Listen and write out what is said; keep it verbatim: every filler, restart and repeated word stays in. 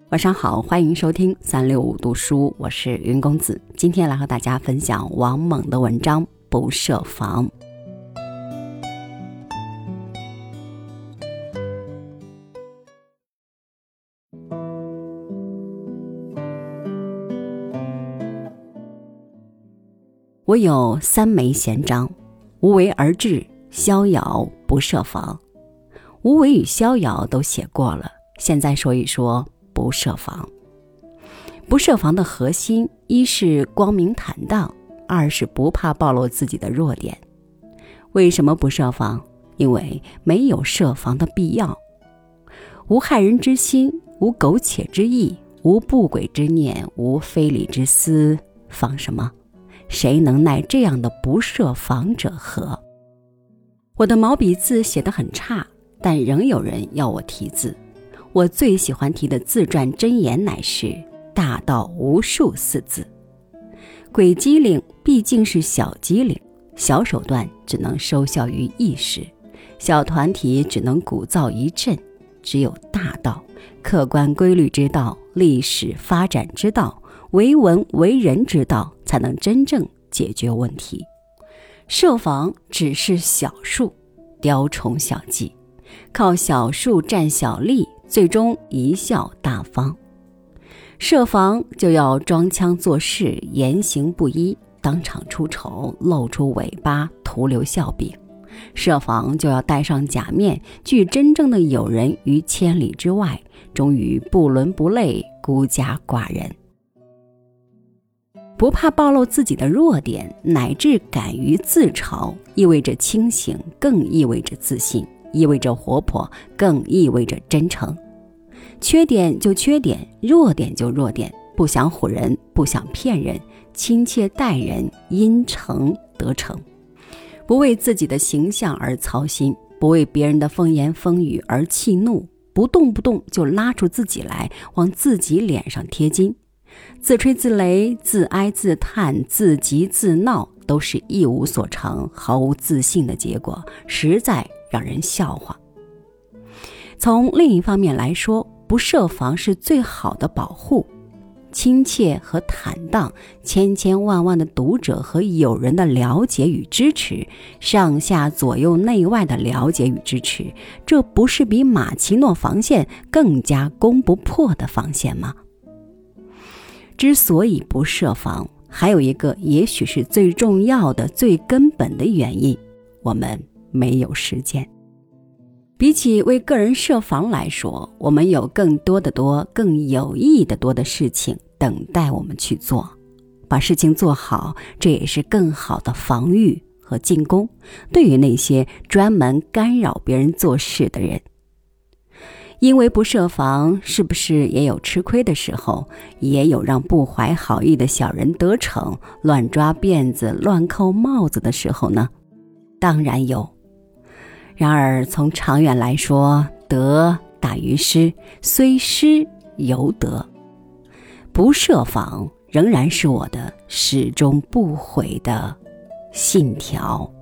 晚上好，欢迎收听三六五读书，我是云公子。今天来和大家分享王猛的文章《不设防》。我有三枚闲章：无为而治，逍遥，不设防。无为与逍遥都写过了，现在说一说不设防。不设防的核心，一是光明坦荡，二是不怕暴露自己的弱点。为什么不设防？因为没有设防的必要。无害人之心，无苟且之意，无不轨之念，无非礼之思，防什么？谁能耐这样的不设防者何？我的毛笔字写得很差，但仍有人要我题字。我最喜欢题的自传箴言乃是大道无数四字。鬼机灵毕竟是小机灵，小手段只能收效于一时，小团体只能鼓噪一阵。只有大道，客观规律之道，历史发展之道，为文为人之道，才能真正解决问题。设防只是小数，雕虫小技，靠小数占小利，最终贻笑大方。设防就要装腔作势，言行不一，当场出丑，露出尾巴，徒留笑柄。设防就要戴上假面，拒真正的友人于千里之外，终于不伦不类，孤家寡人。不怕暴露自己的弱点，乃至敢于自嘲，意味着清醒，更意味着自信，意味着活泼，更意味着真诚。缺点就缺点，弱点就弱点，不想唬人，不想骗人，亲切待人，因诚得诚。不为自己的形象而操心，不为别人的风言风语而气怒，不动不动就拉出自己来往自己脸上贴金。自吹自擂，自哀自叹，自急自闹，都是一无所长，毫无自信的结果，实在让人笑话。从另一方面来说，不设防是最好的保护。亲切和坦荡，千千万万的读者和友人的了解与支持，上下左右内外的了解与支持，这不是比马奇诺防线更加攻不破的防线吗？之所以不设防，还有一个也许是最重要的、最根本的原因，我们没有时间。比起为个人设防来说，我们有更多的多、更有意义的多的事情等待我们去做。把事情做好，这也是更好的防御和进攻，对于那些专门干扰别人做事的人。因为不设防，是不是也有吃亏的时候，也有让不怀好意的小人得逞，乱抓辫子、乱扣帽子的时候呢？当然有。然而从长远来说，得大于失，虽失犹得。不设防仍然是我的始终不悔的信条。